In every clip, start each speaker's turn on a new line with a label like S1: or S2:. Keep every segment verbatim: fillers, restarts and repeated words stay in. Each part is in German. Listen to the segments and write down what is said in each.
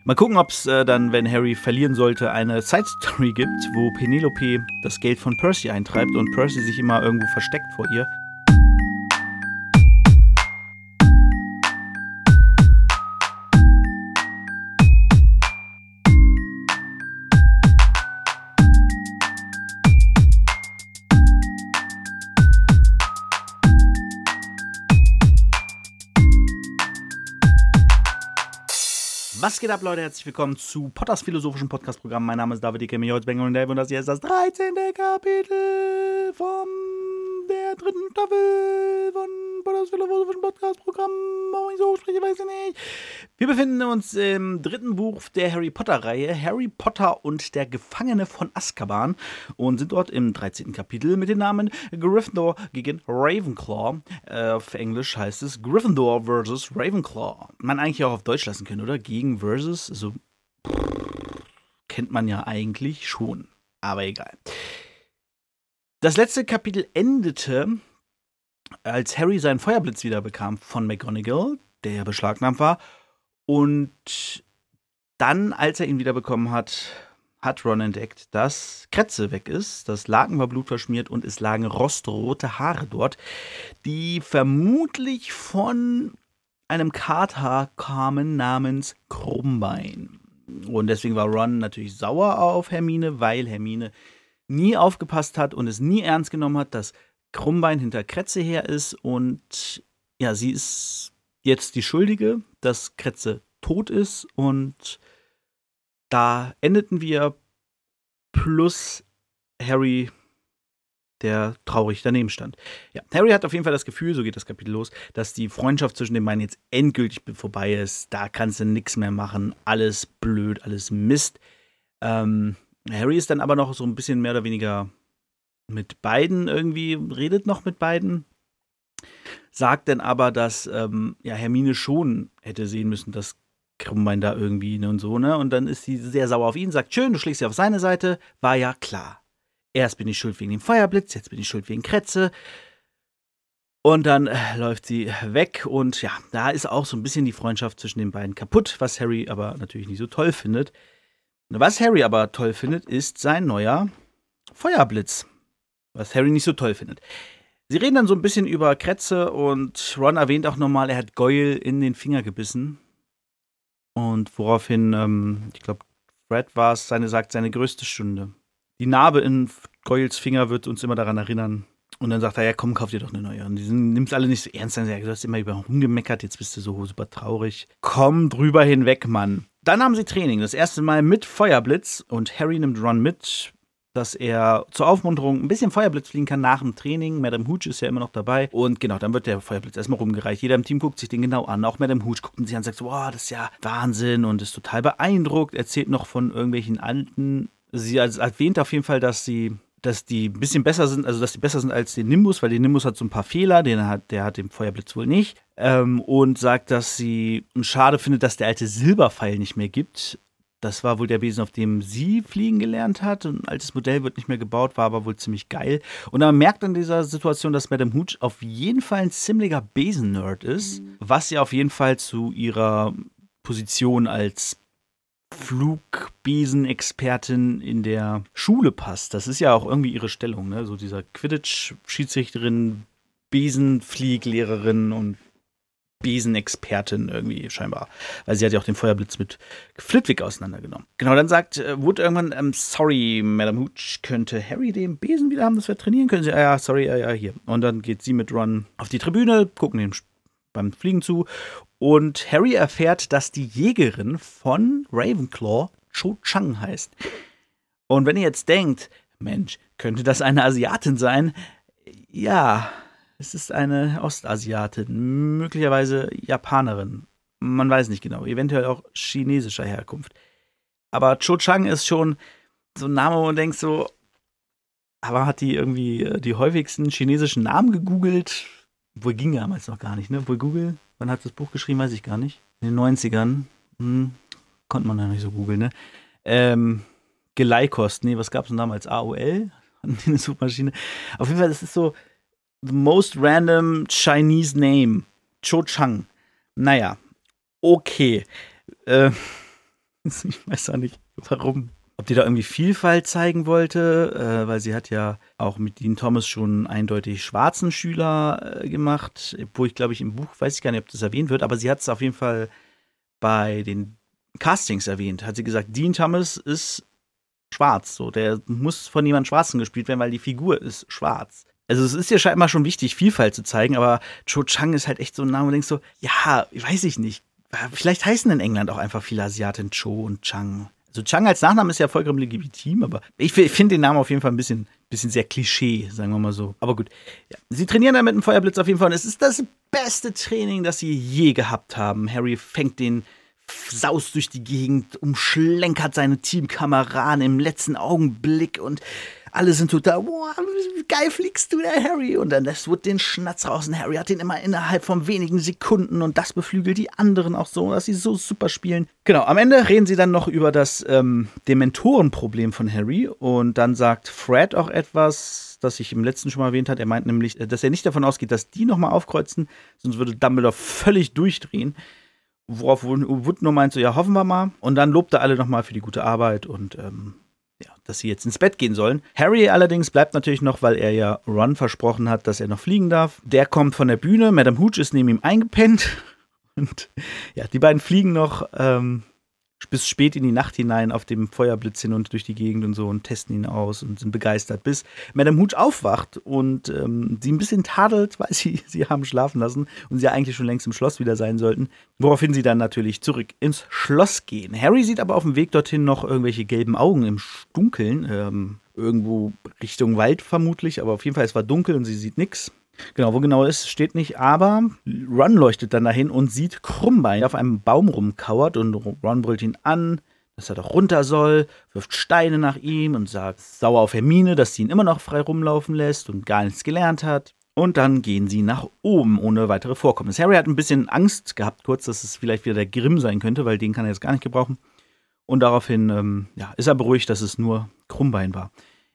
S1: Mal gucken, ob es äh, dann, wenn Harry verlieren sollte, eine Side-Story gibt, wo Penelope das Geld von Percy eintreibt und Percy sich immer irgendwo versteckt vor ihr. Was geht ab, Leute? Herzlich willkommen zu Potters philosophischen Podcast-Programm. Mein Name ist David, ich kenne mich heute Bengel und Dave und das hier ist das dreizehnte Kapitel von der dritten Staffel von Potters philosophischen Podcast-Programm. Warum ich so spreche, weiß ich nicht. Wir befinden uns im dritten Buch der Harry Potter-Reihe, Harry Potter und der Gefangene von Azkaban, und sind dort im dreizehnten Kapitel mit dem Namen Gryffindor gegen Ravenclaw. Äh, auf Englisch heißt es Gryffindor versus Ravenclaw. Man eigentlich auch auf Deutsch lassen können, oder? Gegen versus, so kennt man ja eigentlich schon, aber egal. Das letzte Kapitel endete, als Harry seinen Feuerblitz wieder bekam von McGonagall, der ja beschlagnahmt war. Und dann, als er ihn wieder bekommen hat, hat Ron entdeckt, dass Kretze weg ist. Das Laken war blutverschmiert und es lagen rostrote Haare dort, die vermutlich von einem Kater kamen namens Krummbein. Und deswegen war Ron natürlich sauer auf Hermine, weil Hermine nie aufgepasst hat und es nie ernst genommen hat, dass Krummbein hinter Kretze her ist. Und ja, sie ist jetzt die Schuldige, dass Kretze tot ist. Und da endeten wir, plus Harry, der traurig daneben stand. Ja, Harry hat auf jeden Fall das Gefühl, so geht das Kapitel los, dass die Freundschaft zwischen den beiden jetzt endgültig vorbei ist. Da kannst du nichts mehr machen. Alles blöd, alles Mist. Ähm, Harry ist dann aber noch so ein bisschen mehr oder weniger mit beiden irgendwie, redet noch mit beiden. Sagt dann aber, dass ähm, ja, Hermine schon hätte sehen müssen, dass Krummbein da irgendwie ne, und so, ne? Und dann ist sie sehr sauer auf ihn, sagt, schön, du schlägst sie auf seine Seite. War ja klar. Erst bin ich schuld wegen dem Feuerblitz, jetzt bin ich schuld wegen Kretze. Und dann äh, läuft sie weg und ja, da ist auch so ein bisschen die Freundschaft zwischen den beiden kaputt, was Harry aber natürlich nicht so toll findet. Was Harry aber toll findet, ist sein neuer Feuerblitz, was Harry nicht so toll findet. Sie reden dann so ein bisschen über Kretze und Ron erwähnt auch nochmal, er hat Goyle in den Finger gebissen. Und woraufhin, ähm, ich glaube, Fred war es, seine sagt, seine größte Stunde. Die Narbe in Goyles Finger wird uns immer daran erinnern. Und dann sagt er, ja komm, kauf dir doch eine neue. Und die nimmt es alle nicht so ernst. Dann sagt er, du hast immer über rumgemeckert, jetzt bist du so super traurig. Komm drüber hinweg, Mann. Dann haben sie Training, das erste Mal mit Feuerblitz. Und Harry nimmt Ron mit, dass er zur Aufmunterung ein bisschen Feuerblitz fliegen kann nach dem Training. Madame Hooch ist ja immer noch dabei. Und genau, dann wird der Feuerblitz erstmal rumgereicht. Jeder im Team guckt sich den genau an. Auch Madame Hooch guckt ihn sich an und sagt so, wow, das ist ja Wahnsinn und ist total beeindruckt. Erzählt noch von irgendwelchen alten. Sie erwähnt auf jeden Fall, dass sie, dass die ein bisschen besser sind, also dass die besser sind als den Nimbus, weil der Nimbus hat so ein paar Fehler, den hat, der hat den Feuerblitz wohl nicht. Ähm, und sagt, dass sie schade findet, dass der alte Silberpfeil nicht mehr gibt. Das war wohl der Besen, auf dem sie fliegen gelernt hat. Ein altes Modell wird nicht mehr gebaut, war aber wohl ziemlich geil. Und man merkt in dieser Situation, dass Madame Hooch auf jeden Fall ein ziemlicher Besen-Nerd ist, was ja auf jeden Fall zu ihrer Position als Flugbesen-Expertin in der Schule passt. Das ist ja auch irgendwie ihre Stellung, ne? So dieser Quidditch-Schiedsrichterin, Besenflieglehrerin und Besenexpertin irgendwie scheinbar. Weil sie hat ja auch den Feuerblitz mit Flitwick auseinandergenommen. Genau, dann sagt äh, Wood irgendwann, ähm, sorry, Madame Hooch, könnte Harry den Besen wieder haben, dass wir trainieren können? Sie, ah, ja, sorry, ja, ja, hier. Und dann geht sie mit Ron auf die Tribüne, gucken dem beim Fliegen zu. Und Harry erfährt, dass die Jägerin von Ravenclaw Cho Chang heißt. Und wenn ihr jetzt denkt, Mensch, könnte das eine Asiatin sein? Ja, es ist eine Ostasiatin, möglicherweise Japanerin. Man weiß nicht genau, eventuell auch chinesischer Herkunft. Aber Cho Chang ist schon so ein Name, wo man denkt so, aber hat die irgendwie die häufigsten chinesischen Namen gegoogelt? Wohl ging damals noch gar nicht, ne? Wohl Google? Wann hat das Buch geschrieben, weiß ich gar nicht. In den neunzigern. Hm, konnte man ja nicht so googeln, ne? Ähm, Geleikost, nee, was gab es denn damals? A O L? Eine Suchmaschine. Auf jeden Fall, das ist so the most random Chinese name. Cho Chang. Naja, okay. Äh, Ich weiß auch nicht, warum. Ob die da irgendwie Vielfalt zeigen wollte, äh, weil sie hat ja auch mit Dean Thomas schon eindeutig schwarzen Schüler äh, gemacht, wo ich glaube ich im Buch, weiß ich gar nicht, ob das erwähnt wird, aber sie hat es auf jeden Fall bei den Castings erwähnt, hat sie gesagt, Dean Thomas ist schwarz, so, der muss von jemandem Schwarzen gespielt werden, weil die Figur ist schwarz. Also es ist ja scheinbar schon wichtig, Vielfalt zu zeigen, aber Cho Chang ist halt echt so ein Name, wo du denkst so, ja, weiß ich nicht, vielleicht heißen in England auch einfach viele Asiaten Cho und Chang. Also Chang als Nachname ist ja vollkommen legitim, aber ich finde den Namen auf jeden Fall ein bisschen, bisschen sehr Klischee, sagen wir mal so. Aber gut, ja. Sie trainieren dann mit dem Feuerblitz auf jeden Fall und es ist das beste Training, das sie je gehabt haben. Harry fängt den saust durch die Gegend, umschlenkert seine Teamkameraden im letzten Augenblick und alle sind total, wow, wie geil fliegst du da, Harry? Und dann lässt Wood den Schnatz raus und Harry hat den immer innerhalb von wenigen Sekunden und das beflügelt die anderen auch so, dass sie so super spielen. Genau, am Ende reden sie dann noch über das ähm, Dementorenproblem von Harry und dann sagt Fred auch etwas, das ich im letzten schon mal erwähnt habe. Er meint nämlich, dass er nicht davon ausgeht, dass die nochmal aufkreuzen, sonst würde Dumbledore völlig durchdrehen. Worauf Wood nur meint, so, ja, hoffen wir mal. Und dann lobt er alle nochmal für die gute Arbeit und ähm, ja, dass sie jetzt ins Bett gehen sollen. Harry allerdings bleibt natürlich noch, weil er ja Ron versprochen hat, dass er noch fliegen darf. Der kommt von der Bühne, Madame Hooch ist neben ihm eingepennt. Und ja, die beiden fliegen noch ähm, bis spät in die Nacht hinein auf dem Feuerblitz hin und durch die Gegend und so und testen ihn aus und sind begeistert, bis Madame Hooch aufwacht und ähm, sie ein bisschen tadelt, weil sie sie haben schlafen lassen und sie ja eigentlich schon längst im Schloss wieder sein sollten. Woraufhin sie dann natürlich zurück ins Schloss gehen. Harry sieht aber auf dem Weg dorthin noch irgendwelche gelben Augen im Dunkeln, ähm, irgendwo Richtung Wald vermutlich, aber auf jeden Fall, es war dunkel und sie sieht nichts. Genau, wo genau ist, steht nicht, aber Ron leuchtet dann dahin und sieht Krummbein, der auf einem Baum rumkauert und Ron brüllt ihn an, dass er doch runter soll, wirft Steine nach ihm und sagt sauer auf Hermine, dass sie ihn immer noch frei rumlaufen lässt und gar nichts gelernt hat. Und dann gehen sie nach oben ohne weitere Vorkommnisse. Harry hat ein bisschen Angst gehabt kurz, dass es vielleicht wieder der Grimm sein könnte, weil den kann er jetzt gar nicht gebrauchen. Und daraufhin ähm, ja, ist er beruhigt, dass es nur Krummbein war.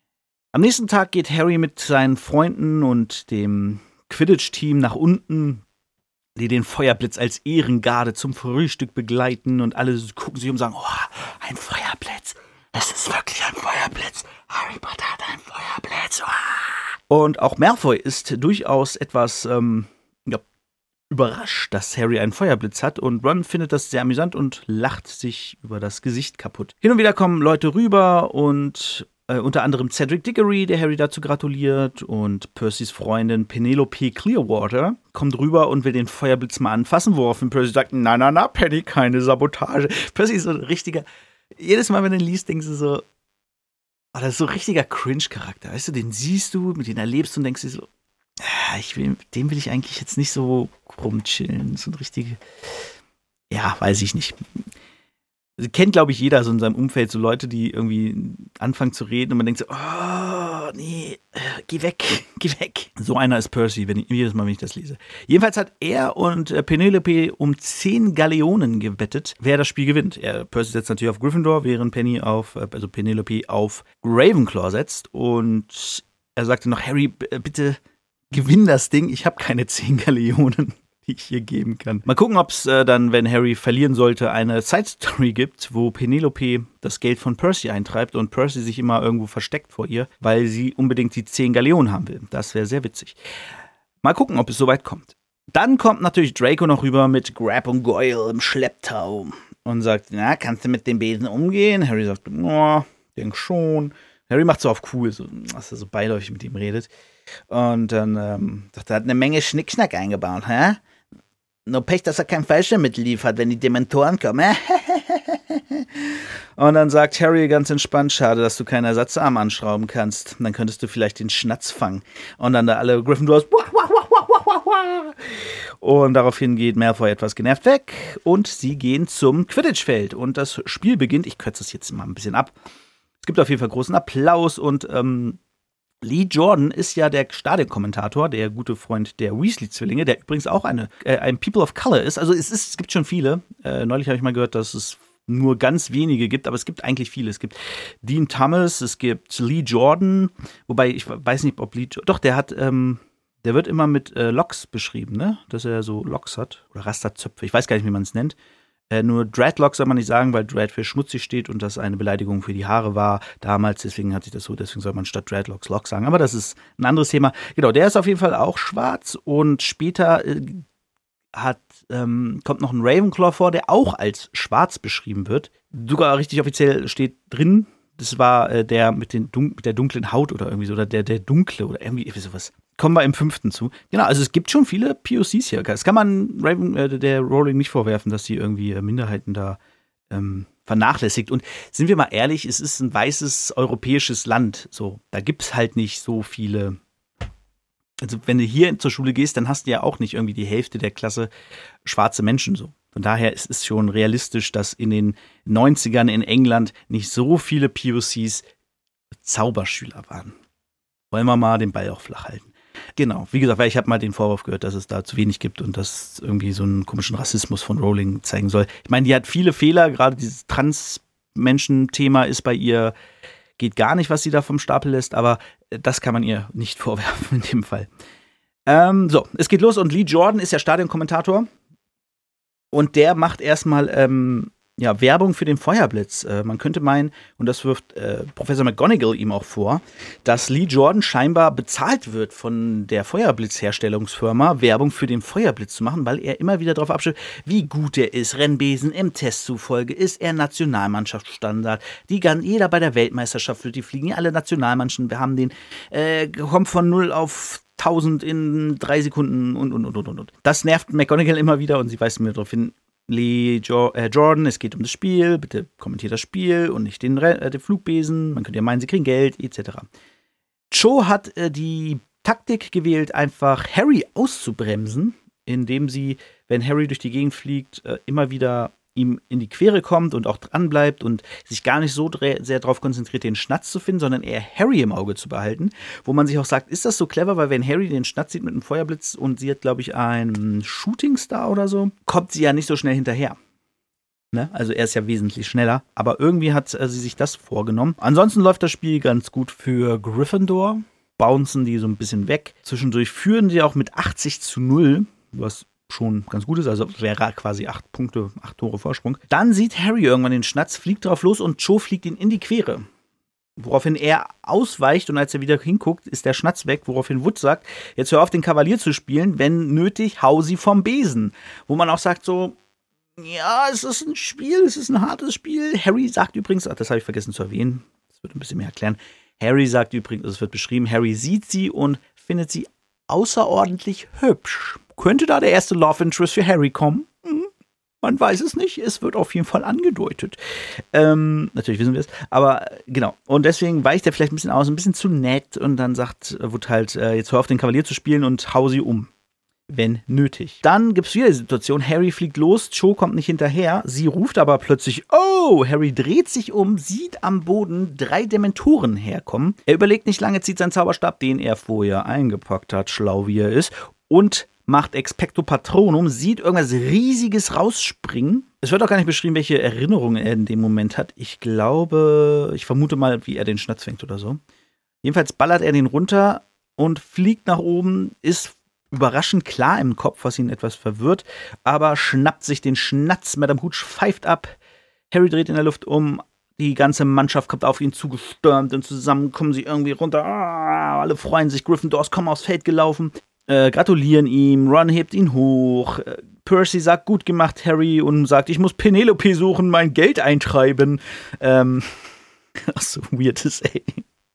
S1: Am nächsten Tag geht Harry mit seinen Freunden und dem Quidditch-Team nach unten, die den Feuerblitz als Ehrengarde zum Frühstück begleiten und alle gucken sich um und sagen, oh, ein Feuerblitz, es ist wirklich ein Feuerblitz, Harry Potter hat einen Feuerblitz. Oh. Und auch Malfoy ist durchaus etwas ähm, ja, überrascht, dass Harry einen Feuerblitz hat und Ron findet das sehr amüsant und lacht sich über das Gesicht kaputt. Hin und wieder kommen Leute rüber und Äh, unter anderem Cedric Diggory, der Harry dazu gratuliert, und Percys Freundin Penelope Clearwater kommt rüber und will den Feuerblitz mal anfassen, woraufhin Percy sagt, na, na, na, Penny, keine Sabotage. Percy ist so ein richtiger, jedes Mal, wenn du ihn liest, denkst du so, oh, das ist so ein richtiger Cringe-Charakter, weißt du, den siehst du, mit dem erlebst du und denkst dir so, ah, ich will, mit dem will ich eigentlich jetzt nicht so rumchillen, so ein richtige, ja, weiß ich nicht. Kennt, glaube ich, jeder so in seinem Umfeld, so Leute, die irgendwie anfangen zu reden und man denkt so, oh, nee, äh, geh weg, geh weg. So einer ist Percy, wenn ich, jedes Mal, wenn ich das lese. Jedenfalls hat er und äh, Penelope um zehn Galeonen gewettet, wer das Spiel gewinnt. Er, Percy setzt natürlich auf Gryffindor, während Penny auf, äh, also Penelope auf Ravenclaw setzt. Und er sagte noch, Harry, b- bitte gewinn das Ding, ich habe keine zehn Galeonen, die ich hier geben kann. Mal gucken, ob es äh, dann, wenn Harry verlieren sollte, eine Side-Story gibt, wo Penelope das Geld von Percy eintreibt und Percy sich immer irgendwo versteckt vor ihr, weil sie unbedingt die zehn Galeonen haben will. Das wäre sehr witzig. Mal gucken, ob es soweit kommt. Dann kommt natürlich Draco noch rüber mit Grab und Goyle im Schlepptau und sagt, na, kannst du mit dem Besen umgehen? Harry sagt, oh, denk schon. Harry macht so auf cool, so, dass er so beiläufig mit ihm redet. Und dann ähm, sagt er, hat eine Menge Schnickschnack eingebaut, hä? Nur Pech, dass er kein Fallschirmmittel liefert, wenn die Dementoren kommen. Und dann sagt Harry ganz entspannt, schade, dass du keinen Ersatzarm anschrauben kannst. Dann könntest du vielleicht den Schnatz fangen. Und dann da alle Gryffindors. Und daraufhin geht Malfoy etwas genervt weg. Und sie gehen zum Quidditch-Feld. Und das Spiel beginnt. Ich kürze das jetzt mal ein bisschen ab. Es gibt auf jeden Fall großen Applaus und ähm, Lee Jordan ist ja der Stadionkommentator, der gute Freund der Weasley-Zwillinge, der übrigens auch eine, äh, ein People of Color ist. Also es, ist, es gibt schon viele. Äh, neulich habe ich mal gehört, dass es nur ganz wenige gibt, aber es gibt eigentlich viele. Es gibt Dean Thomas, es gibt Lee Jordan, wobei ich weiß nicht, ob Lee Jordan, doch, der hat, ähm, der wird immer mit äh, Locks beschrieben, ne? Dass er so Locks hat oder Rasterzöpfe. Ich weiß gar nicht, wie man es nennt. Äh, nur Dreadlock soll man nicht sagen, weil Dread für schmutzig steht und das eine Beleidigung für die Haare war damals. Deswegen hat sich das so, deswegen soll man statt Dreadlocks Lock sagen. Aber das ist ein anderes Thema. Genau, der ist auf jeden Fall auch schwarz und später äh, hat, ähm, kommt noch ein Ravenclaw vor, der auch als schwarz beschrieben wird. Sogar richtig offiziell steht drin, das war äh, der mit, den Dun- mit der dunklen Haut oder irgendwie so, oder der, der dunkle oder irgendwie sowas. Kommen wir im fünften zu. Genau, also es gibt schon viele P O Cs hier. Das kann man Raven, äh, der Rowling nicht vorwerfen, dass sie irgendwie äh, Minderheiten da ähm, vernachlässigt. Und sind wir mal ehrlich, es ist ein weißes europäisches Land. So, da gibt es halt nicht so viele. Also wenn du hier zur Schule gehst, dann hast du ja auch nicht irgendwie die Hälfte der Klasse schwarze Menschen so. Von daher ist es schon realistisch, dass in den neunzigern in England nicht so viele P O Cs Zauberschüler waren. Wollen wir mal den Ball auch flach halten. Genau, wie gesagt, weil ich habe mal den Vorwurf gehört, dass es da zu wenig gibt und dass irgendwie so einen komischen Rassismus von Rowling zeigen soll. Ich meine, die hat viele Fehler, gerade dieses Trans-Menschen-Thema ist bei ihr, geht gar nicht, was sie da vom Stapel lässt, aber das kann man ihr nicht vorwerfen in dem Fall. Ähm, so, es geht los und Lee Jordan ist ja Stadionkommentator. Und der macht erstmal ähm, ja, Werbung für den Feuerblitz. Äh, man könnte meinen, und das wirft äh, Professor McGonagall ihm auch vor, dass Lee Jordan scheinbar bezahlt wird von der Feuerblitzherstellungsfirma, Werbung für den Feuerblitz zu machen, weil er immer wieder darauf abstellt, wie gut er ist. Rennbesen im Test zufolge ist er Nationalmannschaftsstandard. Die gan- jeder bei der Weltmeisterschaft wird die fliegen. Ja, alle Nationalmannschaften, wir haben den, äh, kommt von null auf tausend in drei Sekunden und, und, und, und, und. Das nervt McGonagall immer wieder und sie weist mir darauf hin, Lee jo- äh, Jordan, es geht um das Spiel, bitte kommentiert das Spiel und nicht den, Re- äh, den Flugbesen, man könnte ja meinen, sie kriegen Geld, et cetera. Cho hat äh, die Taktik gewählt, einfach Harry auszubremsen, indem sie, wenn Harry durch die Gegend fliegt, äh, immer wieder ihm in die Quere kommt und auch dran bleibt und sich gar nicht so dre- sehr darauf konzentriert, den Schnatz zu finden, sondern eher Harry im Auge zu behalten. Wo man sich auch sagt, ist das so clever, weil wenn Harry den Schnatz sieht mit einem Feuerblitz und sie hat, glaube ich, einen Shootingstar oder so, kommt sie ja nicht so schnell hinterher. Ne? Also er ist ja wesentlich schneller, aber irgendwie hat äh, sie sich das vorgenommen. Ansonsten läuft das Spiel ganz gut für Gryffindor. Bouncen die so ein bisschen weg. Zwischendurch führen die auch mit achtzig zu null, was schon ganz gut ist, also wäre quasi acht Punkte, acht Tore Vorsprung. Dann sieht Harry irgendwann den Schnatz, fliegt drauf los und Cho fliegt ihn in die Quere. Woraufhin er ausweicht und als er wieder hinguckt, ist der Schnatz weg, woraufhin Wood sagt, jetzt hör auf, den Kavalier zu spielen, wenn nötig, hau sie vom Besen. Wo man auch sagt so, ja, es ist ein Spiel, es ist ein hartes Spiel. Harry sagt übrigens, ach, das habe ich vergessen zu erwähnen, das wird ein bisschen mehr erklären. Harry sagt übrigens, also es wird beschrieben, Harry sieht sie und findet sie außerordentlich hübsch. Könnte da der erste Love Interest für Harry kommen? Hm, man weiß es nicht. Es wird auf jeden Fall angedeutet. Ähm, natürlich wissen wir es. Aber äh, genau. Und deswegen weicht er vielleicht ein bisschen aus, ein bisschen zu nett. Und dann sagt äh, Wood halt, äh, jetzt hör auf, den Kavalier zu spielen und hau sie um. Wenn nötig. Dann gibt es wieder die Situation, Harry fliegt los, Cho kommt nicht hinterher. Sie ruft aber plötzlich, oh! Harry dreht sich um, sieht am Boden drei Dementoren herkommen. Er überlegt nicht lange, zieht seinen Zauberstab, den er vorher eingepackt hat, schlau wie er ist, und macht Expecto Patronum, sieht irgendwas Riesiges rausspringen. Es wird auch gar nicht beschrieben, welche Erinnerungen er in dem Moment hat. Ich glaube, ich vermute mal, wie er den Schnatz fängt oder so. Jedenfalls ballert er den runter und fliegt nach oben, ist überraschend klar im Kopf, was ihn etwas verwirrt, aber schnappt sich den Schnatz. Madame Hooch pfeift ab. Harry dreht in der Luft um. Die ganze Mannschaft kommt auf ihn zugestürmt und zusammen kommen sie irgendwie runter. Ah, alle freuen sich. Gryffindors kommen aufs Feld gelaufen. Äh, gratulieren ihm, Ron hebt ihn hoch, äh, Percy sagt, gut gemacht, Harry, und sagt, ich muss Penelope suchen, mein Geld eintreiben. Ähm, ach so, weirdes, ey.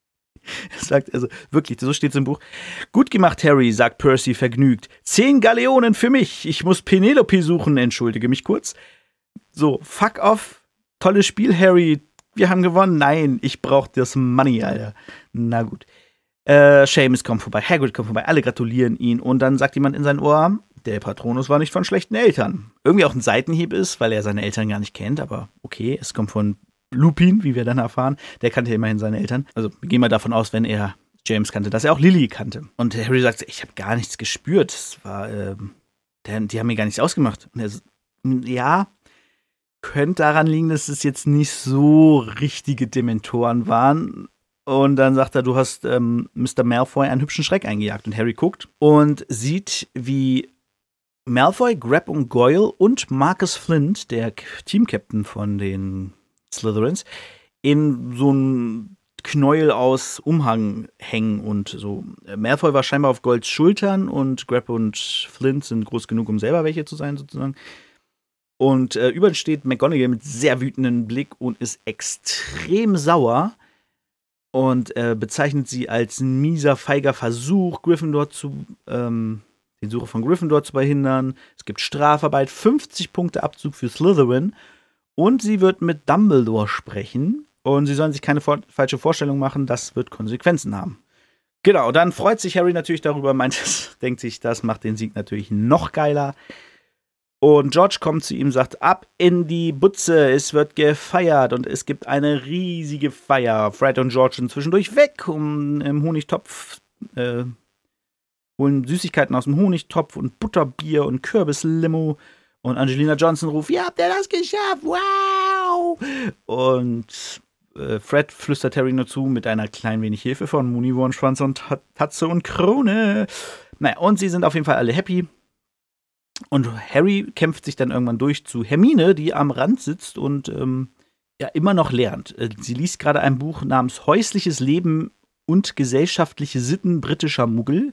S1: Er sagt, also wirklich, so steht es im Buch. Gut gemacht, Harry, sagt Percy vergnügt. Zehn Galeonen für mich, ich muss Penelope suchen, entschuldige mich kurz. So, fuck off, tolles Spiel, Harry, wir haben gewonnen. Nein, ich brauch das Money, Alter. Na gut. Äh, Seamus kommt vorbei, Hagrid kommt vorbei, alle gratulieren ihn und dann sagt jemand in sein Ohr, der Patronus war nicht von schlechten Eltern. Irgendwie auch ein Seitenhieb ist, weil er seine Eltern gar nicht kennt, aber okay, es kommt von Lupin, wie wir dann erfahren, der kannte ja immerhin seine Eltern. Also wir gehen mal davon aus, wenn er James kannte, dass er auch Lily kannte. Und Harry sagt, ich habe gar nichts gespürt, es war, ähm, der, die haben mir gar nichts ausgemacht. Und er so, ja, könnte daran liegen, dass es jetzt nicht so richtige Dementoren waren. Und dann sagt er, du hast ähm, Mister Malfoy einen hübschen Schreck eingejagt. Und Harry guckt und sieht, wie Malfoy, Grab und Goyle und Marcus Flint, der Team-Captain von den Slytherins, in so ein Knäuel aus Umhang hängen und so. Malfoy war scheinbar auf Goyles Schultern und Grab und Flint sind groß genug, um selber welche zu sein, sozusagen. Und äh, über steht McGonagall mit sehr wütendem Blick und ist extrem sauer und äh, bezeichnet sie als ein mieser, feiger Versuch, Gryffindor zu, ähm, den Suche von Gryffindor zu verhindern. Es gibt Strafarbeit, fünfzig Punkte Abzug für Slytherin und sie wird mit Dumbledore sprechen und sie sollen sich keine vor- falsche Vorstellung machen, das wird Konsequenzen haben. Genau, dann freut sich Harry natürlich darüber, meint es, denkt sich, das macht den Sieg natürlich noch geiler. Und George kommt zu ihm, sagt, ab in die Butze, es wird gefeiert und es gibt eine riesige Feier. Fred und George sind zwischendurch weg, um im Honigtopf, äh, holen Süßigkeiten aus dem Honigtopf und Butterbier und Kürbislimo. Und Angelina Johnson ruft, ja, habt ihr das geschafft, wow! Und äh, Fred flüstert Harry nur zu, mit einer klein wenig Hilfe von Moony, Wurmschwanz und Tatze und Krone. Naja, und sie sind auf jeden Fall alle happy. Und Harry kämpft sich dann irgendwann durch zu Hermine, die am Rand sitzt und ähm, ja immer noch lernt. Sie liest gerade ein Buch namens Häusliches Leben und gesellschaftliche Sitten britischer Muggel.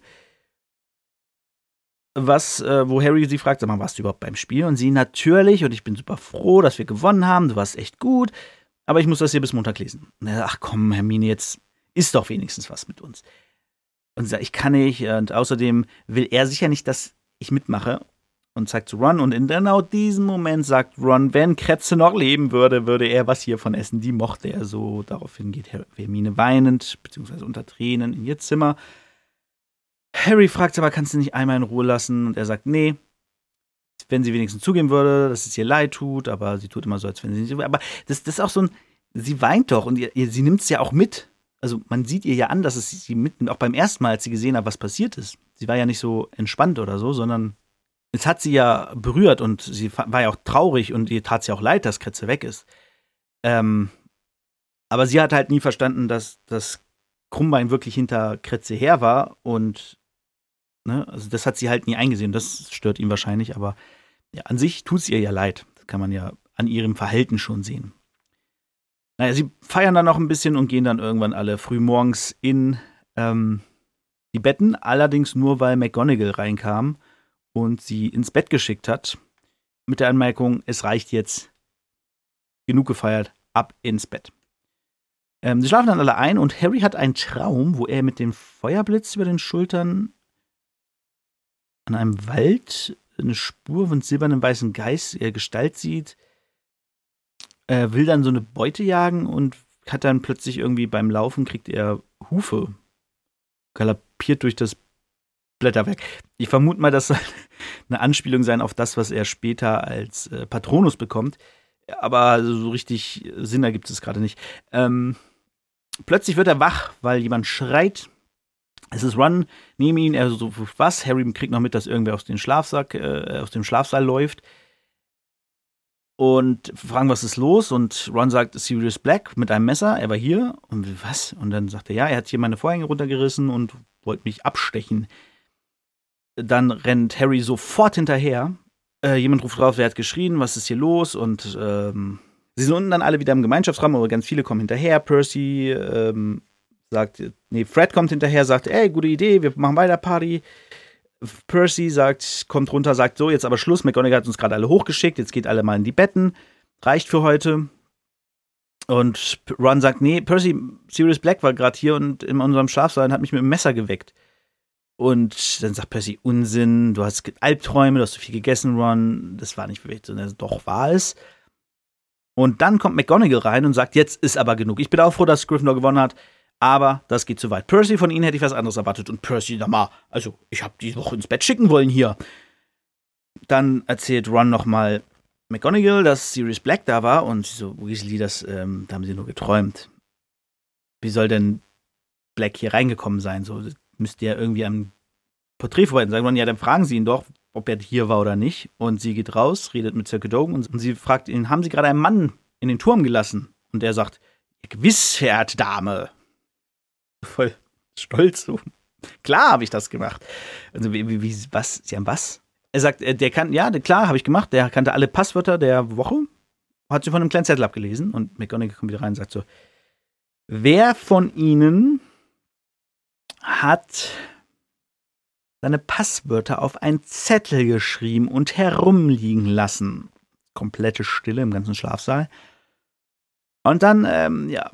S1: Was, äh, wo Harry sie fragt, sag mal, warst du überhaupt beim Spiel? Und sie, natürlich, und ich bin super froh, dass wir gewonnen haben, du warst echt gut, aber ich muss das hier bis Montag lesen. Und er sagt, ach komm, Hermine, jetzt ist doch wenigstens was mit uns. Und sie sagt, ich kann nicht, und außerdem will er sicher nicht, dass ich mitmache. Und zeigt zu Ron, und in genau diesem Moment sagt Ron, wenn Kretze noch leben würde, würde er was hiervon essen. Die mochte er so. Daraufhin geht Hermine weinend, beziehungsweise unter Tränen, in ihr Zimmer. Harry fragt aber, kannst du nicht einmal in Ruhe lassen? Und er sagt, nee. Wenn sie wenigstens zugeben würde, dass es ihr leid tut, aber sie tut immer so, als wenn sie nicht. Aber das, das ist auch so ein, sie weint doch und ihr, ihr, sie nimmt es ja auch mit. Also man sieht ihr ja an, dass es sie mitnimmt. Auch beim ersten Mal, als sie gesehen hat, was passiert ist. Sie war ja nicht so entspannt oder so, sondern es hat sie ja berührt und sie war ja auch traurig und ihr tat es ja auch leid, dass Kretze weg ist. Ähm, aber sie hat halt nie verstanden, dass das Krummbein wirklich hinter Kretze her war und ne, also das hat sie halt nie eingesehen. Das stört ihn wahrscheinlich, aber ja, an sich tut es ihr ja leid. Das kann man ja an ihrem Verhalten schon sehen. Naja, sie feiern dann noch ein bisschen und gehen dann irgendwann alle frühmorgens in ähm, die Betten, allerdings nur, weil McGonagall reinkam und sie ins Bett geschickt hat, mit der Anmerkung, es reicht jetzt, genug gefeiert, ab ins Bett. Ähm, sie schlafen dann alle ein und Harry hat einen Traum, wo er mit dem Feuerblitz über den Schultern an einem Wald eine Spur von silbernem weißen Geist, äh, Gestalt sieht, äh, will dann so eine Beute jagen und hat dann plötzlich irgendwie beim Laufen, kriegt er Hufe, galoppiert durch das Blätterwerk. Ich vermute mal, das soll eine Anspielung sein auf das, was er später als äh, Patronus bekommt. Aber so richtig Sinn ergibt es gerade nicht. Ähm, plötzlich wird er wach, weil jemand schreit. Es ist Ron neben ihn. Er so, was? Harry kriegt noch mit, dass irgendwer aus dem Schlafsack, äh, aus dem Schlafsaal läuft. Und fragen, was ist los? Und Ron sagt, Sirius Black mit einem Messer. Er war hier. Und was? Und dann sagt er, ja, er hat hier meine Vorhänge runtergerissen und wollte mich abstechen. Dann rennt Harry sofort hinterher. Äh, jemand ruft drauf, wer hat geschrien, was ist hier los? Und ähm, sie sind unten dann alle wieder im Gemeinschaftsraum, aber ganz viele kommen hinterher. Percy ähm, sagt, nee, Fred kommt hinterher, sagt, ey, gute Idee, wir machen weiter Party. Percy sagt, kommt runter, sagt, so, jetzt aber Schluss. McGonagall hat uns gerade alle hochgeschickt, jetzt geht alle mal in die Betten. Reicht für heute. Und Ron sagt, nee, Percy, Sirius Black war gerade hier und in unserem Schlafsaal und hat mich mit dem Messer geweckt. Und dann sagt Percy, Unsinn, du hast Albträume, du hast zu viel gegessen, Ron, das war nicht wirklich, sondern doch war es. Und dann kommt McGonagall rein und sagt, jetzt ist aber genug. Ich bin auch froh, dass Gryffindor gewonnen hat, aber das geht zu weit. Percy, von Ihnen hätte ich was anderes erwartet. Und Percy, sag mal, also ich habe die noch ins Bett schicken wollen hier. Dann erzählt Ron nochmal McGonagall, dass Sirius Black da war und so, Weasley, das, ähm, da haben sie nur geträumt. Wie soll denn Black hier reingekommen sein? So, müsste ja irgendwie am Porträt vorbei sagen. Und ja, dann fragen sie ihn doch, ob er hier war oder nicht. Und sie geht raus, redet mit Sir Cadogan und, und sie fragt ihn, haben Sie gerade einen Mann in den Turm gelassen? Und er sagt, ja, gewiss, verehrte Dame. Voll stolz so. Klar habe ich das gemacht. Also, wie, wie, was? Sie haben was? er sagt, der kann, ja, klar, habe ich gemacht, der kannte alle Passwörter der Woche, hat sie von einem kleinen Zettel abgelesen und McGonagall kommt wieder rein und sagt so, wer von Ihnen hat seine Passwörter auf einen Zettel geschrieben und herumliegen lassen? Komplette Stille im ganzen Schlafsaal. Und dann, ähm, ja,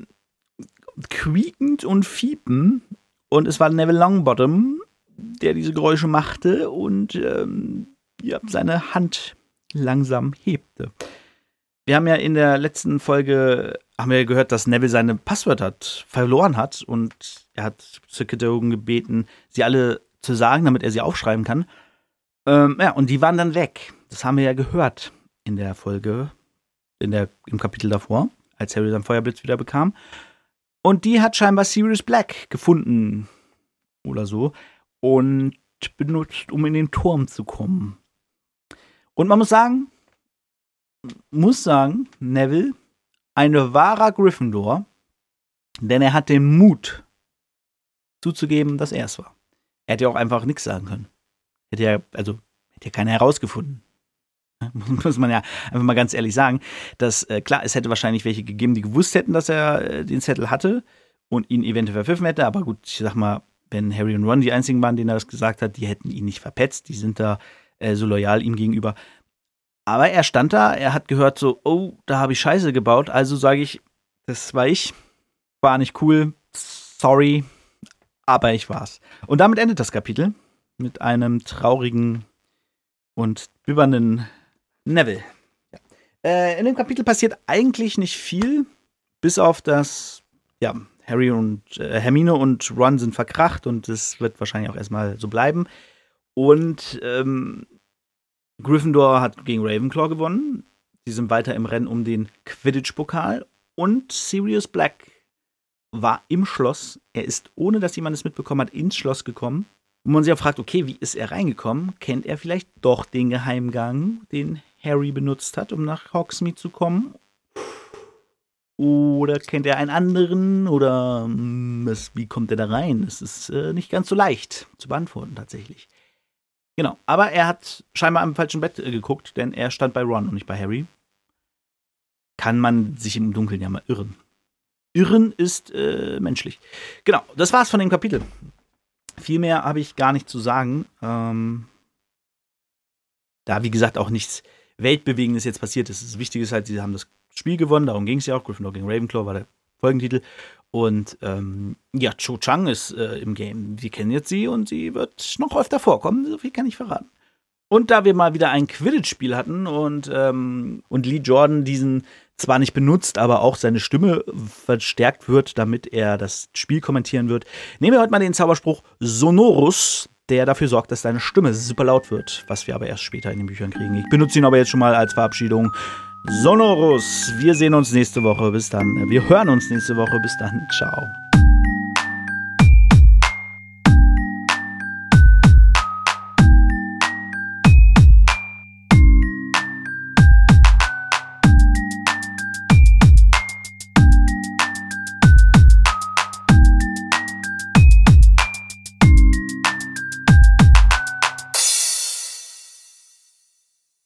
S1: quiekend und fiepen. Und es war Neville Longbottom, der diese Geräusche machte und ähm, ja, seine Hand langsam hebte. Wir haben ja in der letzten Folge haben wir gehört, dass Neville seine Passwörter verloren hat und er hat Sir Cadogan gebeten, sie alle zu sagen, damit er sie aufschreiben kann. Ähm, ja, und die waren dann weg. Das haben wir ja gehört in der Folge, in der, im Kapitel davor, als Harry seinen Feuerblitz wieder bekam. Und die hat scheinbar Sirius Black gefunden oder so und benutzt, um in den Turm zu kommen. Und man muss sagen, muss sagen, Neville, ein wahrer Gryffindor, denn er hat den Mut zuzugeben, dass er es war. Er hätte ja auch einfach nichts sagen können. Hätte ja, also, hätte ja keiner herausgefunden. Muss man ja einfach mal ganz ehrlich sagen, dass, äh, klar, es hätte wahrscheinlich welche gegeben, die gewusst hätten, dass er äh, den Zettel hatte und ihn eventuell verpfiffen hätte, aber gut, ich sag mal, wenn Harry und Ron die einzigen waren, denen er das gesagt hat, die hätten ihn nicht verpetzt, die sind da äh, so loyal ihm gegenüber. Aber er stand da, er hat gehört so, oh, da habe ich Scheiße gebaut, also sage ich, das war ich, war nicht cool, sorry, aber ich war's. Und damit endet das Kapitel mit einem traurigen und bibbernden Neville. Ja. Äh, in dem Kapitel passiert eigentlich nicht viel, bis auf das, ja, Harry und äh, Hermine und Ron sind verkracht und das wird wahrscheinlich auch erstmal so bleiben. Und ähm, Gryffindor hat gegen Ravenclaw gewonnen. Die sind weiter im Rennen um den Quidditch-Pokal. Und Sirius Black war im Schloss. Er ist, ohne dass jemand es mitbekommen hat, ins Schloss gekommen. Und man sich auch fragt, okay, wie ist er reingekommen? Kennt er vielleicht doch den Geheimgang, den Harry benutzt hat, um nach Hogsmeade zu kommen? Oder kennt er einen anderen? Oder was, wie kommt er da rein? Das ist äh, nicht ganz so leicht zu beantworten tatsächlich. Genau, aber er hat scheinbar am falschen Bett äh, geguckt, denn er stand bei Ron und nicht bei Harry. Kann man sich im Dunkeln ja mal irren. Irren ist äh, menschlich. Genau, das war's von dem Kapitel. Viel mehr habe ich gar nicht zu sagen. Ähm, da, wie gesagt, auch nichts Weltbewegendes jetzt passiert ist. Das Wichtige ist halt, sie haben das Spiel gewonnen, darum ging es ja auch. Gryffindor gegen Ravenclaw war der Folgentitel. Und ähm, ja, Cho Chang ist äh, im Game. Wir kennen jetzt sie und sie wird noch öfter vorkommen. So viel kann ich verraten. Und da wir mal wieder ein Quidditch-Spiel hatten und, ähm, und Lee Jordan diesen zwar nicht benutzt, aber auch seine Stimme verstärkt wird, damit er das Spiel kommentieren wird, nehmen wir heute mal den Zauberspruch Sonorus, der dafür sorgt, dass deine Stimme super laut wird, was wir aber erst später in den Büchern kriegen. Ich benutze ihn aber jetzt schon mal als Verabschiedung. Sonorus, wir sehen uns nächste Woche, bis dann. Wir hören uns nächste Woche, bis dann. Ciao.